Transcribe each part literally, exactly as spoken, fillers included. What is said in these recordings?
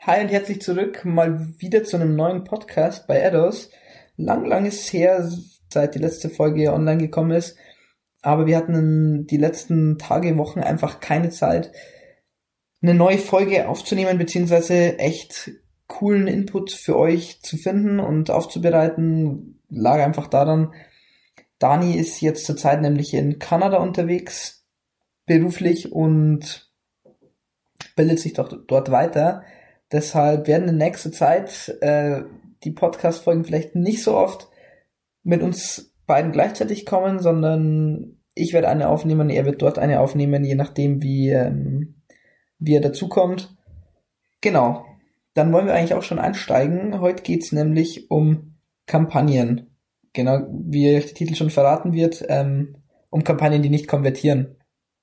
Hi und herzlich zurück, mal wieder zu einem neuen Podcast bei Addos. Lang, lang ist es her, seit die letzte Folge online gekommen ist, aber wir hatten die letzten Tage, Wochen einfach keine Zeit, eine neue Folge aufzunehmen, beziehungsweise echt coolen Input für euch zu finden und aufzubereiten. Lag einfach daran, Dani ist jetzt zurzeit nämlich in Kanada unterwegs, beruflich, und bildet sich doch dort weiter. Deshalb werden in nächster Zeit äh, die Podcast-Folgen vielleicht nicht so oft mit uns beiden gleichzeitig kommen, sondern ich werde eine aufnehmen, er wird dort eine aufnehmen, je nachdem, wie, ähm, wie er dazukommt. Genau, dann wollen wir eigentlich auch schon einsteigen. Heute geht's nämlich um Kampagnen. Genau, wie euch der Titel schon verraten wird, ähm, um Kampagnen, die nicht konvertieren.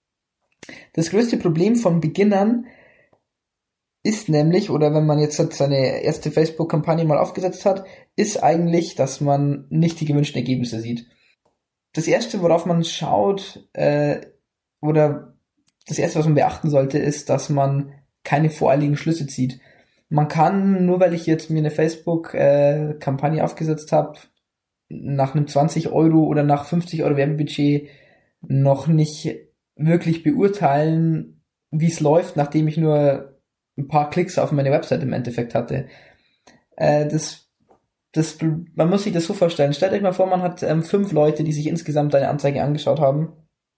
Das größte Problem von Beginnern ist nämlich, oder wenn man jetzt seine erste Facebook-Kampagne mal aufgesetzt hat, ist eigentlich, dass man nicht die gewünschten Ergebnisse sieht. Das erste, worauf man schaut, äh, oder das erste, was man beachten sollte, ist, dass man keine voreiligen Schlüsse zieht. Man kann, nur weil ich jetzt mir eine Facebook-Kampagne aufgesetzt habe, nach einem zwanzig Euro oder nach fünfzig Euro Werbebudget noch nicht wirklich beurteilen, wie es läuft, nachdem ich nur ein paar Klicks auf meine Website im Endeffekt hatte. Äh, das, das, man muss sich das so vorstellen. Stellt euch mal vor, man hat ähm, fünf Leute, die sich insgesamt eine Anzeige angeschaut haben,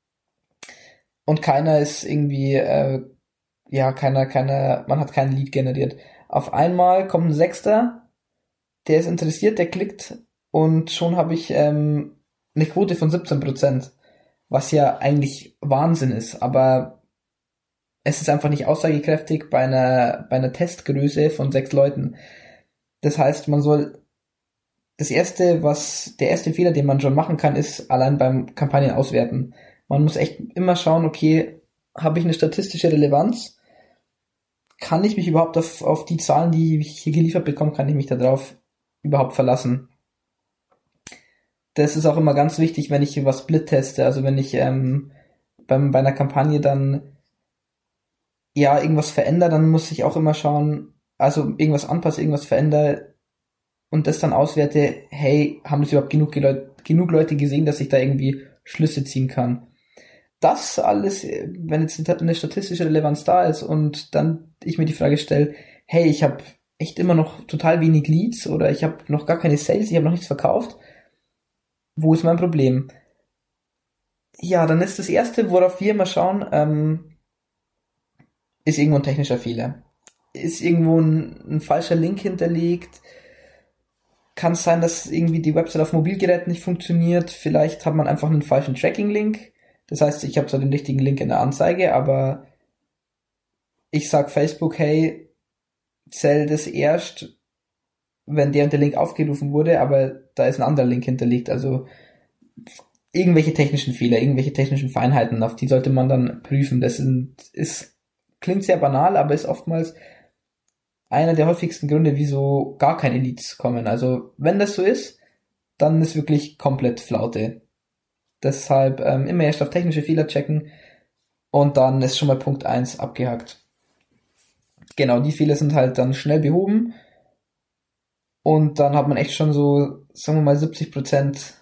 und keiner ist irgendwie, äh, ja, keiner, keiner, man hat keinen Lead generiert. Auf einmal kommt ein Sechster, der ist interessiert, der klickt, und schon habe ich ähm, eine Quote von siebzehn Prozent, was ja eigentlich Wahnsinn ist, aber es ist einfach nicht aussagekräftig bei einer, bei einer Testgröße von sechs Leuten. Das heißt, man soll, das erste, was, der erste Fehler, den man schon machen kann, ist allein beim Kampagnen auswerten. Man muss echt immer schauen, okay, habe ich eine statistische Relevanz? Kann ich mich überhaupt auf, auf die Zahlen, die ich hier geliefert bekomme, kann ich mich darauf überhaupt verlassen? Das ist auch immer ganz wichtig, wenn ich was Split teste, also wenn ich ähm, beim, bei einer Kampagne dann ja, irgendwas verändere, dann muss ich auch immer schauen, also irgendwas anpasse, irgendwas verändere und das dann auswerte, hey, haben das überhaupt genug, Leut- genug Leute gesehen, dass ich da irgendwie Schlüsse ziehen kann. Das alles, wenn jetzt eine statistische Relevanz da ist und dann ich mir die Frage stelle, hey, ich habe echt immer noch total wenig Leads oder ich habe noch gar keine Sales, ich habe noch nichts verkauft, wo ist mein Problem? Ja, dann ist das Erste, worauf wir immer schauen, ähm, ist irgendwo ein technischer Fehler. Ist irgendwo ein, ein falscher Link hinterlegt? Kann es sein, dass irgendwie die Website auf Mobilgeräten nicht funktioniert? Vielleicht hat man einfach einen falschen Tracking-Link. Das heißt, ich habe zwar den richtigen Link in der Anzeige, aber ich sag Facebook, hey, zähl das erst, wenn der und der Link aufgerufen wurde, aber da ist ein anderer Link hinterlegt. Also irgendwelche technischen Fehler, irgendwelche technischen Feinheiten, auf die sollte man dann prüfen. Das sind, ist klingt sehr banal, aber ist oftmals einer der häufigsten Gründe, wieso gar keine Leads kommen. Also wenn das so ist, dann ist wirklich komplett Flaute. Deshalb ähm, immer erst auf technische Fehler checken und dann ist schon mal Punkt eins abgehakt. Genau, die Fehler sind halt dann schnell behoben und dann hat man echt schon so, sagen wir mal, siebzig Prozent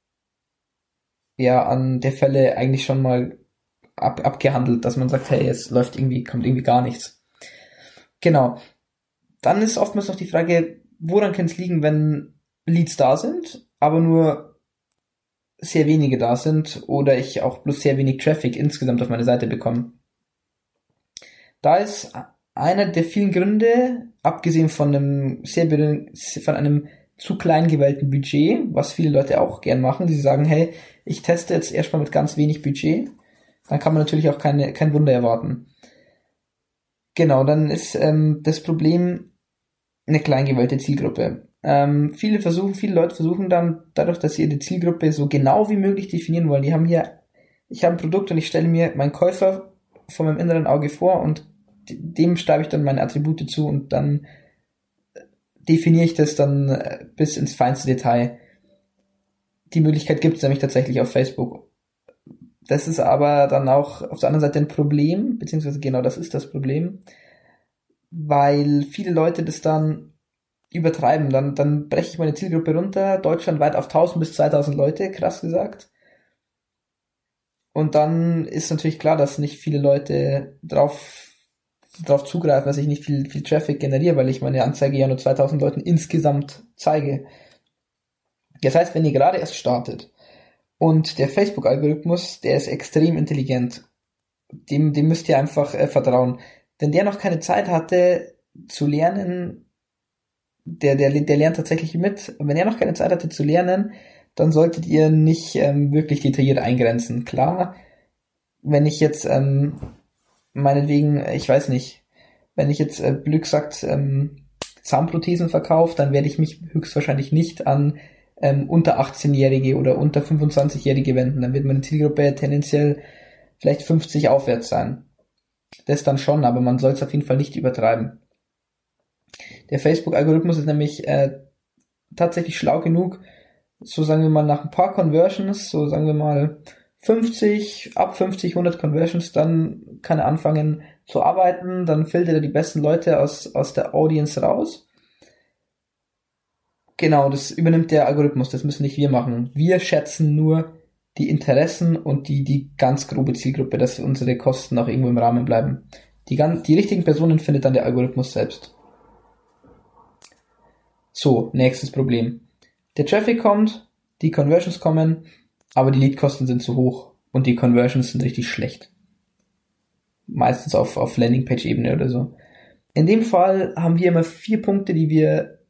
ja an der Fälle eigentlich schon mal Ab, abgehandelt, dass man sagt, hey, es läuft irgendwie, kommt irgendwie gar nichts. Genau. Dann ist oftmals noch die Frage, woran kann es liegen, wenn Leads da sind, aber nur sehr wenige da sind oder ich auch bloß sehr wenig Traffic insgesamt auf meine Seite bekomme. Da ist einer der vielen Gründe, abgesehen von einem sehr von einem zu klein gewählten Budget, was viele Leute auch gern machen, die sagen, hey, ich teste jetzt erstmal mit ganz wenig Budget, dann kann man natürlich auch keine, kein Wunder erwarten. Genau, dann ist ähm, das Problem eine klein gewählte Zielgruppe. Ähm, viele versuchen, viele Leute versuchen dann, dadurch, dass sie ihre Zielgruppe so genau wie möglich definieren wollen, die haben hier, ich habe ein Produkt und ich stelle mir meinen Käufer vor meinem inneren Auge vor und dem schreibe ich dann meine Attribute zu und dann definiere ich das dann bis ins feinste Detail. Die Möglichkeit gibt es nämlich tatsächlich auf Facebook. Das ist aber dann auch auf der anderen Seite ein Problem, beziehungsweise genau das ist das Problem. weil viele Leute das dann übertreiben. Dann, dann breche ich meine Zielgruppe runter, deutschlandweit auf tausend bis zweitausend Leute, krass gesagt. Und dann ist natürlich klar, dass nicht viele Leute drauf, drauf zugreifen, dass ich nicht viel, viel Traffic generiere, weil ich meine Anzeige ja nur zweitausend Leuten insgesamt zeige. Das heißt, wenn ihr gerade erst startet und der Facebook-Algorithmus, der ist extrem intelligent, dem, dem müsst ihr einfach äh, vertrauen. Wenn der noch keine Zeit hatte zu lernen, der, der, der lernt tatsächlich mit. Und wenn er noch keine Zeit hatte zu lernen, dann solltet ihr nicht ähm, wirklich detailliert eingrenzen. Klar, wenn ich jetzt ähm, meinetwegen, ich weiß nicht, wenn ich jetzt äh, blöd gesagt ähm, Zahnprothesen verkaufe, dann werde ich mich höchstwahrscheinlich nicht an ähm, unter achtzehnjährige oder unter fünfundzwanzigjährige wenden. Dann wird meine Zielgruppe tendenziell vielleicht fünfzig aufwärts sein. Das dann schon, aber man soll es auf jeden Fall nicht übertreiben. Der Facebook-Algorithmus ist nämlich äh, tatsächlich schlau genug, so sagen wir mal nach ein paar Conversions, so sagen wir mal fünfzig, ab fünfzig, hundert Conversions, dann kann er anfangen zu arbeiten, dann filtert er die besten Leute aus, aus der Audience raus. Genau, das übernimmt der Algorithmus, das müssen nicht wir machen. Wir schätzen nur die Interessen und die, die ganz grobe Zielgruppe, dass unsere Kosten auch irgendwo im Rahmen bleiben. Die, ganz, die richtigen Personen findet dann der Algorithmus selbst. So, nächstes Problem. Der Traffic kommt, die Conversions kommen, aber die Leadkosten sind zu hoch und die Conversions sind richtig schlecht. Meistens auf, auf Landingpage-Ebene oder so. In dem Fall haben wir immer vier Punkte, die wir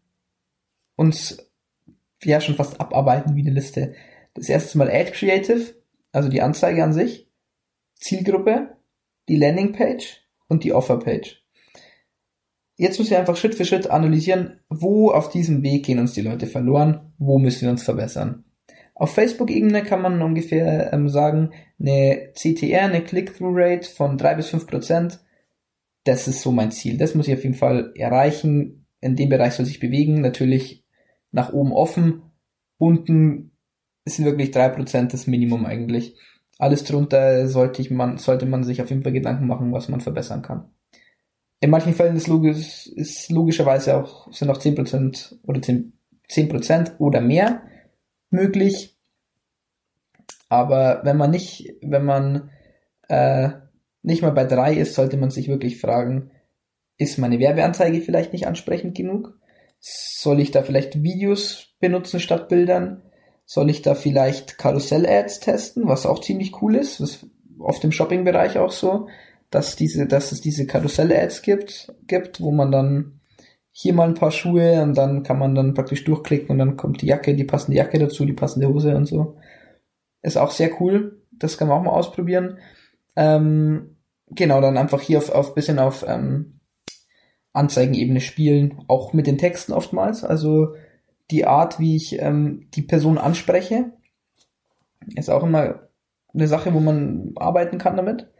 uns ja schon fast abarbeiten wie eine Liste. Das erste ist mal Ad Creative, also die Anzeige an sich, Zielgruppe, die Landingpage und die Offerpage. Jetzt müssen wir einfach Schritt für Schritt analysieren, wo auf diesem Weg gehen uns die Leute verloren, wo müssen wir uns verbessern. Auf Facebook-Ebene kann man ungefähr ähm, sagen, eine C T R, eine Click-Through-Rate von drei bis fünf Prozent, das ist so mein Ziel. Das muss ich auf jeden Fall erreichen. In dem Bereich soll sich bewegen, natürlich nach oben offen. Unten sind wirklich drei Prozent das Minimum eigentlich. Alles drunter sollte, ich man, sollte man sich auf jeden Fall Gedanken machen, was man verbessern kann. In manchen Fällen ist, logisch, ist logischerweise auch, sind auch zehn Prozent oder zehn Prozent oder mehr möglich. Aber wenn man nicht, wenn man äh, nicht mal bei drei ist, sollte man sich wirklich fragen, ist meine Werbeanzeige vielleicht nicht ansprechend genug? Soll ich da vielleicht Videos benutzen statt Bildern? Soll ich da vielleicht Karussell-Ads testen, was auch ziemlich cool ist? Das ist oft im Shopping-Bereich auch so, dass diese, dass es diese Karussell-Ads gibt, gibt, wo man dann hier mal ein paar Schuhe und dann kann man dann praktisch durchklicken und dann kommt die Jacke, die passende Jacke dazu, die passende Hose und so. Ist auch sehr cool. Das kann man auch mal ausprobieren. Ähm, genau, dann einfach hier auf, auf bisschen auf ähm, Anzeigenebene spielen, auch mit den Texten oftmals. Also die Art, wie ich ähm, die Person anspreche, ist auch immer eine Sache, wo man arbeiten kann damit.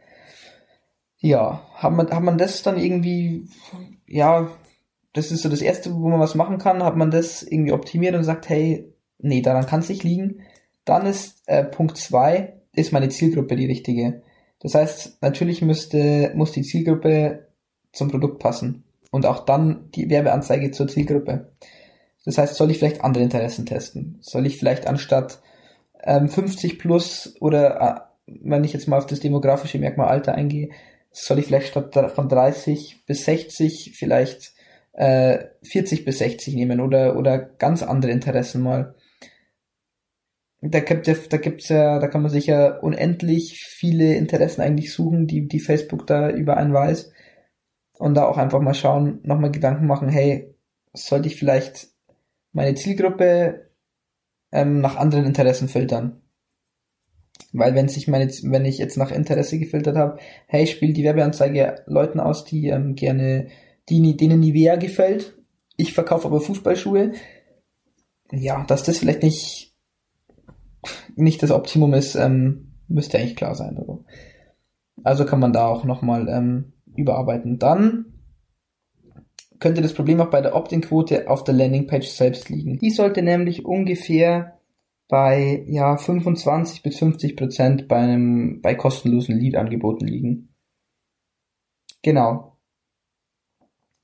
Ja, hat man, hat man das dann irgendwie, ja, das ist so das Erste, wo man was machen kann, hat man das irgendwie optimiert und sagt, hey, nee, daran kann es nicht liegen. Dann ist äh, Punkt zwei, ist meine Zielgruppe die richtige. Das heißt, natürlich müsste, muss die Zielgruppe zum Produkt passen und auch dann die Werbeanzeige zur Zielgruppe. Das heißt, soll ich vielleicht andere Interessen testen? Soll ich vielleicht anstatt ähm, fünfzig plus oder äh, wenn ich jetzt mal auf das demografische Merkmal Alter eingehe, soll ich vielleicht statt von dreißig bis sechzig vielleicht äh, vierzig bis sechzig nehmen oder oder ganz andere Interessen mal. Da gibt ja, da gibt's ja, da kann man sich ja unendlich viele Interessen eigentlich suchen, die die Facebook da über einen weiß und da auch einfach mal schauen, nochmal Gedanken machen, hey, sollte ich vielleicht meine Zielgruppe ähm, nach anderen Interessen filtern? Weil wenn sich meine, wenn ich jetzt nach Interesse gefiltert habe, hey, ich spiele die Werbeanzeige Leuten aus, die ähm, gerne, die, denen Nivea gefällt, ich verkaufe aber Fußballschuhe, ja, dass das vielleicht nicht nicht das Optimum ist, ähm, müsste eigentlich klar sein. Oder? Also kann man da auch nochmal ähm, überarbeiten. Dann könnte das Problem auch bei der Opt-in-Quote auf der Landingpage selbst liegen. Die sollte nämlich ungefähr bei ja fünfundzwanzig bis fünfzig Prozent bei einem bei kostenlosen Lead-Angeboten liegen. Genau.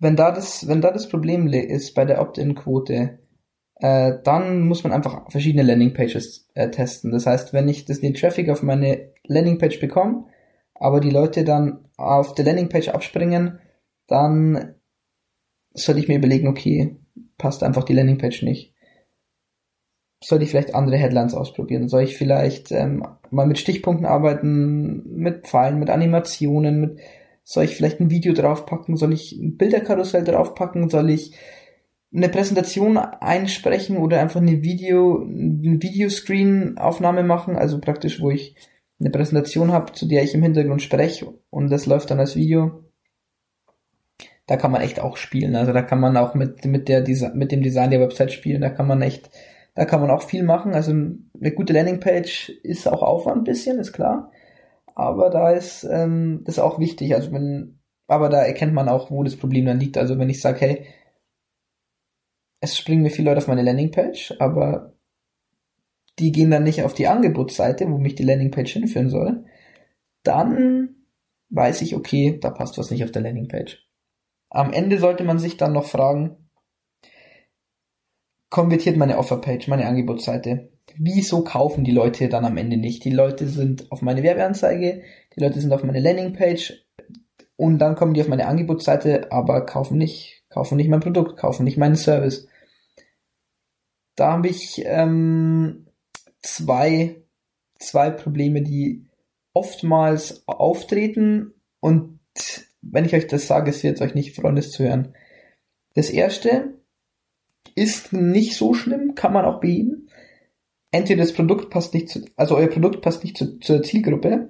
wenn da das, wenn da das Problem ist bei der Opt-in-Quote, äh, dann muss man einfach verschiedene Landingpages äh, testen. Das heißt, wenn ich das, den Traffic auf meine Landingpage bekomme, aber die Leute dann auf der Landingpage abspringen, dann sollte ich mir überlegen, okay, passt einfach die Landingpage nicht. Soll ich vielleicht andere Headlines ausprobieren? Soll ich vielleicht ähm, mal mit Stichpunkten arbeiten, mit Pfeilen, mit Animationen, mit soll ich vielleicht ein Video draufpacken? Soll ich ein Bilderkarussell draufpacken? Soll ich eine Präsentation einsprechen oder einfach eine Video, eine Videoscreen-Aufnahme machen? Also praktisch, wo ich eine Präsentation habe, zu der ich im Hintergrund spreche und das läuft dann als Video. Da kann man echt auch spielen. Also da kann man auch mit mit der mit dem Design der Website spielen. Da kann man echt, da kann man auch viel machen. Also eine gute Landingpage ist auch Aufwand ein bisschen, ist klar. Aber da ist ähm, das ist auch wichtig. Also wenn, aber da erkennt man auch, wo das Problem dann liegt. Also wenn ich sage, hey, es springen mir viele Leute auf meine Landingpage, aber die gehen dann nicht auf die Angebotsseite, wo mich die Landingpage hinführen soll, dann weiß ich, okay, da passt was nicht auf der Landingpage. Am Ende sollte man sich dann noch fragen, konvertiert meine Offerpage, meine Angebotsseite? Wieso kaufen die Leute dann am Ende nicht? Die Leute sind auf meine Werbeanzeige, die Leute sind auf meine Landingpage und dann kommen die auf meine Angebotsseite, aber kaufen nicht, kaufen nicht mein Produkt, kaufen nicht meinen Service. Da habe ich ähm, zwei, zwei Probleme, die oftmals auftreten und wenn ich euch das sage, es wird euch nicht freuen, das zu hören. Das erste ist nicht so schlimm, kann man auch beheben. Entweder das Produkt passt nicht zu, also euer Produkt passt nicht zu, zur Zielgruppe.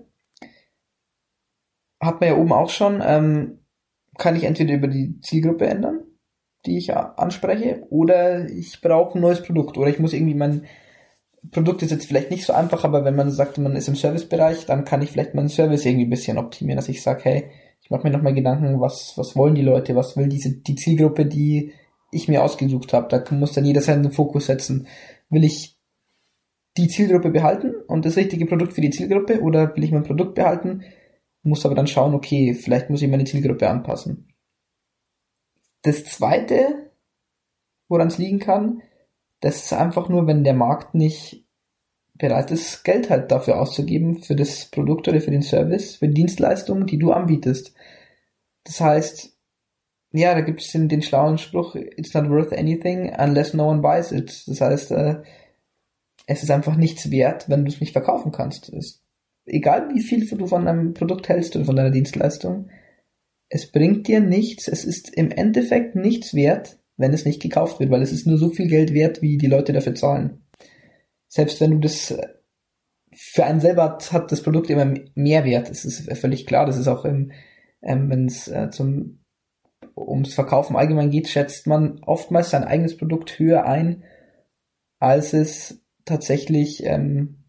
Hat man ja oben auch schon, ähm, kann ich entweder über die Zielgruppe ändern, die ich anspreche, oder ich brauche ein neues Produkt, oder ich muss irgendwie mein Produkt ist jetzt vielleicht nicht so einfach, aber wenn man sagt, man ist im Servicebereich, dann kann ich vielleicht meinen Service irgendwie ein bisschen optimieren, dass ich sage, hey, ich mache mir nochmal Gedanken, was was wollen die Leute, was will diese die Zielgruppe, die ich mir ausgesucht habe. Da muss dann jeder seinen Fokus setzen. Will ich die Zielgruppe behalten und das richtige Produkt für die Zielgruppe oder will ich mein Produkt behalten, muss aber dann schauen, okay, vielleicht muss ich meine Zielgruppe anpassen. Das zweite, woran es liegen kann, das ist einfach nur, wenn der Markt nicht bereit ist, Geld halt dafür auszugeben, für das Produkt oder für den Service, für die Dienstleistung, die du anbietest. Das heißt, ja, da gibt es den, den schlauen Spruch, it's not worth anything unless no one buys it. Das heißt, äh, es ist einfach nichts wert, wenn du es nicht verkaufen kannst. Es, egal wie viel du von deinem Produkt hältst oder von deiner Dienstleistung, es bringt dir nichts, es ist im Endeffekt nichts wert, wenn es nicht gekauft wird, weil es ist nur so viel Geld wert, wie die Leute dafür zahlen. Selbst wenn du das, für einen selber hat das Produkt immer mehr Wert, das ist völlig klar, das ist auch im, ähm, wenn es äh, zum ums Verkaufen allgemein geht, schätzt man oftmals sein eigenes Produkt höher ein, als es tatsächlich ähm,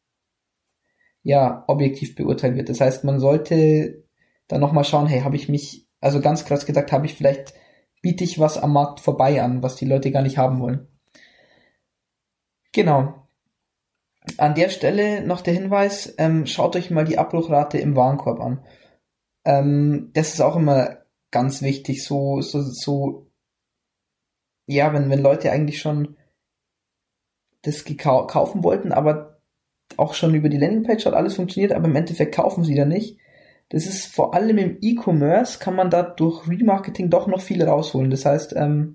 ja objektiv beurteilt wird. Das heißt, man sollte dann nochmal schauen, hey, habe ich mich, also ganz krass gesagt, habe ich vielleicht, biete ich was am Markt vorbei an, was die Leute gar nicht haben wollen. Genau. An der Stelle noch der Hinweis, ähm, schaut euch mal die Abbruchrate im Warenkorb an. Ähm, das ist auch immer ganz wichtig, so, so, so, ja, wenn, wenn Leute eigentlich schon das gekau- kaufen wollten, aber auch schon über die Landingpage hat alles funktioniert, aber im Endeffekt kaufen sie da nicht. Das ist vor allem im E-Commerce, kann man da durch Remarketing doch noch viel rausholen. Das heißt, ähm,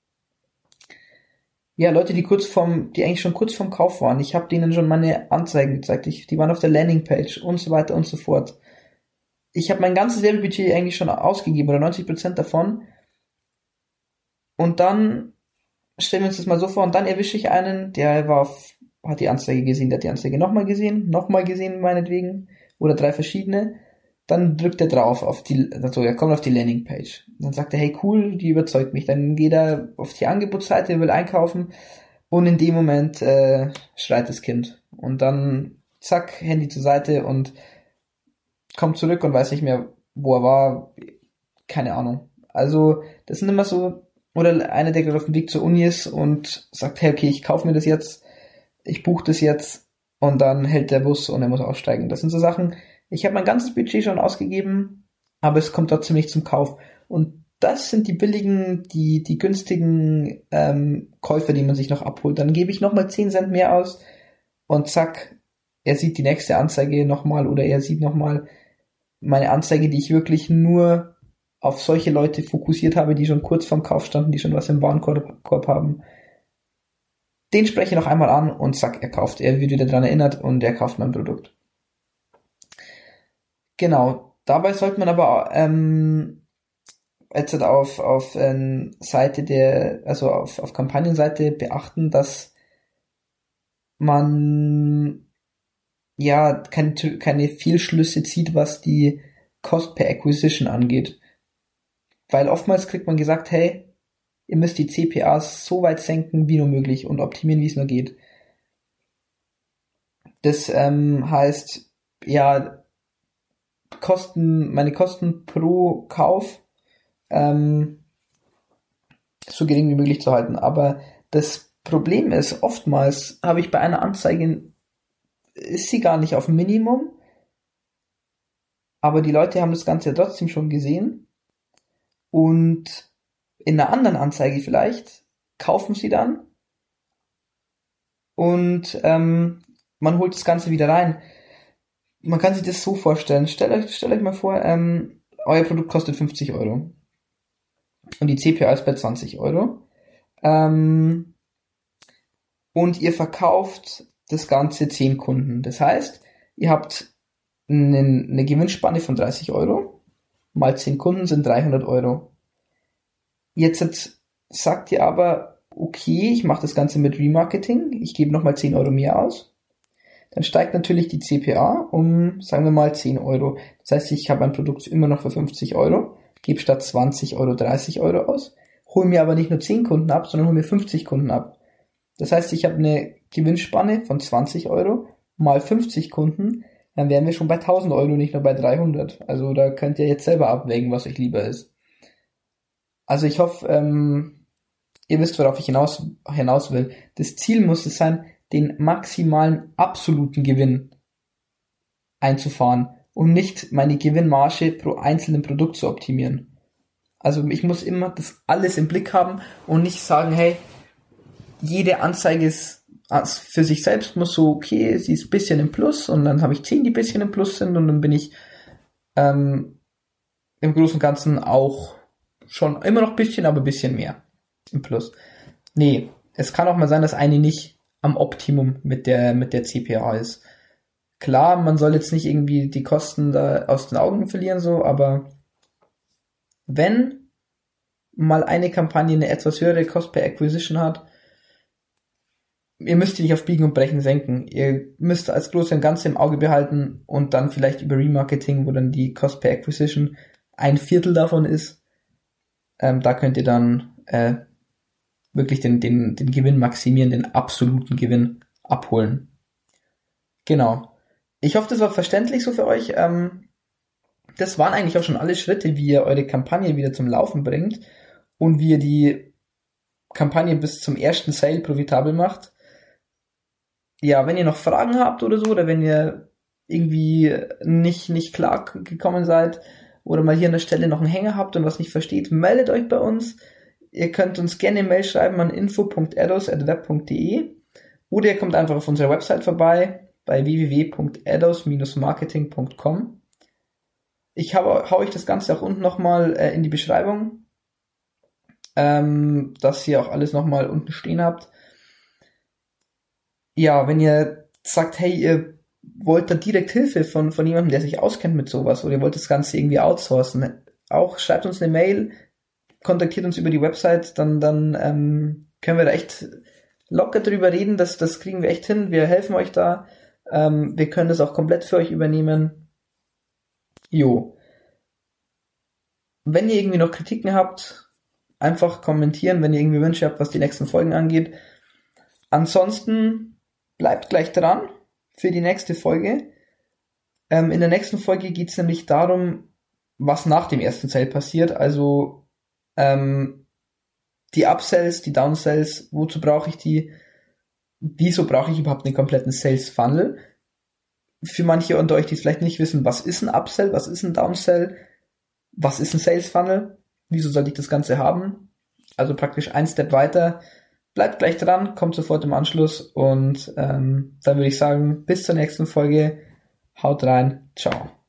ja, Leute, die kurz vorm, die eigentlich schon kurz vorm Kauf waren, ich habe denen schon meine Anzeigen gezeigt, ich, die waren auf der Landingpage und so weiter und so fort. Ich habe mein ganzes Werbebudget eigentlich schon ausgegeben, oder neunzig Prozent davon. Und dann stellen wir uns das mal so vor, und dann erwische ich einen, der war auf, hat die Anzeige gesehen, der hat die Anzeige nochmal gesehen, nochmal gesehen meinetwegen, oder drei verschiedene. Dann drückt er drauf auf die, also er kommt auf die Landingpage. Dann sagt er, hey cool, die überzeugt mich. Dann geht er auf die Angebotsseite, will einkaufen und in dem Moment äh, schreit das Kind. Und dann zack, Handy zur Seite und kommt zurück und weiß nicht mehr, wo er war. Keine Ahnung. Also das sind immer so, oder einer, der gerade auf dem Weg zur Uni ist und sagt, hey okay, ich kaufe mir das jetzt, ich buche das jetzt und dann hält der Bus und er muss aussteigen. Das sind so Sachen, ich habe mein ganzes Budget schon ausgegeben, aber es kommt trotzdem nicht zum Kauf. Und das sind die billigen, die, die günstigen ähm, Käufer, die man sich noch abholt. Dann gebe ich nochmal zehn Cent mehr aus und zack, er sieht die nächste Anzeige nochmal oder er sieht nochmal meine Anzeige, die ich wirklich nur auf solche Leute fokussiert habe, die schon kurz vorm Kauf standen, die schon was im Warenkorb haben. Den spreche ich noch einmal an und zack, er kauft. Er wird wieder daran erinnert und er kauft mein Produkt. Genau. Dabei sollte man aber ähm, jetzt auf auf ähm, Seite der, also auf auf Kampagnenseite beachten, dass man ja keine keine Fehlschlüsse zieht, was die Cost per Acquisition angeht, weil oftmals kriegt man gesagt, hey, ihr müsst die C P As so weit senken wie nur möglich und optimieren, wie es nur geht. Das ähm, heißt, ja, Kosten, meine Kosten pro Kauf ähm, so gering wie möglich zu halten. Aber das Problem ist, oftmals habe ich bei einer Anzeige, ist sie gar nicht auf Minimum, aber die Leute haben das Ganze trotzdem schon gesehen und in einer anderen Anzeige vielleicht kaufen sie dann und ähm, man holt das Ganze wieder rein. Man kann sich das so vorstellen. Stellt euch, stellt euch mal vor, ähm, euer Produkt kostet fünfzig Euro und die C P A ist bei zwanzig Euro ähm, und ihr verkauft das Ganze zehn Kunden. Das heißt, ihr habt eine, eine Gewinnspanne von dreißig Euro, mal zehn Kunden sind dreihundert Euro. Jetzt sagt ihr aber, okay, ich mache das Ganze mit Remarketing, ich gebe nochmal zehn Euro mehr aus. Dann steigt natürlich die C P A um, sagen wir mal, zehn Euro. Das heißt, ich habe ein Produkt immer noch für fünfzig Euro, gebe statt zwanzig Euro dreißig Euro aus, hole mir aber nicht nur zehn Kunden ab, sondern hole mir fünfzig Kunden ab. Das heißt, ich habe eine Gewinnspanne von zwanzig Euro mal fünfzig Kunden, dann wären wir schon bei tausend Euro, nicht nur bei dreihundert. Also da könnt ihr jetzt selber abwägen, was euch lieber ist. Also ich hoffe, ähm, ihr wisst, worauf ich hinaus, hinaus will. Das Ziel muss es sein, den maximalen absoluten Gewinn einzufahren und nicht meine Gewinnmarge pro einzelnen Produkt zu optimieren. Also ich muss immer das alles im Blick haben und nicht sagen, hey, jede Anzeige ist für sich selbst muss so, okay, sie ist ein bisschen im Plus und dann habe ich zehn, die ein bisschen im Plus sind und dann bin ich ähm, im Großen und Ganzen auch schon immer noch ein bisschen, aber ein bisschen mehr im Plus. Nee, es kann auch mal sein, dass eine nicht am Optimum mit der mit der C P A ist. Klar, man soll jetzt nicht irgendwie die Kosten da aus den Augen verlieren, so, aber wenn mal eine Kampagne eine etwas höhere Cost per Acquisition hat, ihr müsst die nicht auf Biegen und Brechen senken. Ihr müsst als Große und Ganze im Auge behalten und dann vielleicht über Remarketing, wo dann die Cost per Acquisition ein Viertel davon ist, ähm, da könnt ihr dann äh, wirklich den, den, den Gewinn maximieren, den absoluten Gewinn abholen. Genau. Ich hoffe, das war verständlich so für euch. Ähm, das waren eigentlich auch schon alle Schritte, wie ihr eure Kampagne wieder zum Laufen bringt und wie ihr die Kampagne bis zum ersten Sale profitabel macht. Ja, wenn ihr noch Fragen habt oder so, oder wenn ihr irgendwie nicht, nicht klar gekommen seid oder mal hier an der Stelle noch einen Hänger habt und was nicht versteht, meldet euch bei uns. Ihr könnt uns gerne eine Mail schreiben an info punkt ados at web punkt de oder ihr kommt einfach auf unserer Website vorbei bei w w w punkt ados dash marketing punkt com. Ich hau, hau euch das Ganze auch unten nochmal äh, in die Beschreibung, ähm, dass ihr auch alles nochmal unten stehen habt. Ja, wenn ihr sagt, hey, ihr wollt da direkt Hilfe von, von jemandem, der sich auskennt mit sowas, oder ihr wollt das Ganze irgendwie outsourcen, auch schreibt uns eine Mail, kontaktiert uns über die Website, dann, dann ähm, können wir da echt locker drüber reden, das, das kriegen wir echt hin, wir helfen euch da, ähm, wir können das auch komplett für euch übernehmen. Jo. Wenn ihr irgendwie noch Kritiken habt, einfach kommentieren, wenn ihr irgendwie Wünsche habt, was die nächsten Folgen angeht. Ansonsten bleibt gleich dran für die nächste Folge. Ähm, in der nächsten Folge geht es nämlich darum, was nach dem ersten Sale passiert. Also ähm, die Upsells, die Downsells, wozu brauche ich die? Wieso brauche ich überhaupt einen kompletten Sales Funnel? Für manche unter euch, die es vielleicht nicht wissen, was ist ein Upsell, was ist ein Downsell, was ist ein Sales Funnel? wieso sollte ich das Ganze haben? Also praktisch ein Step weiter. Bleibt gleich dran, kommt sofort im Anschluss und ähm, dann würde ich sagen, bis zur nächsten Folge. Haut rein, ciao.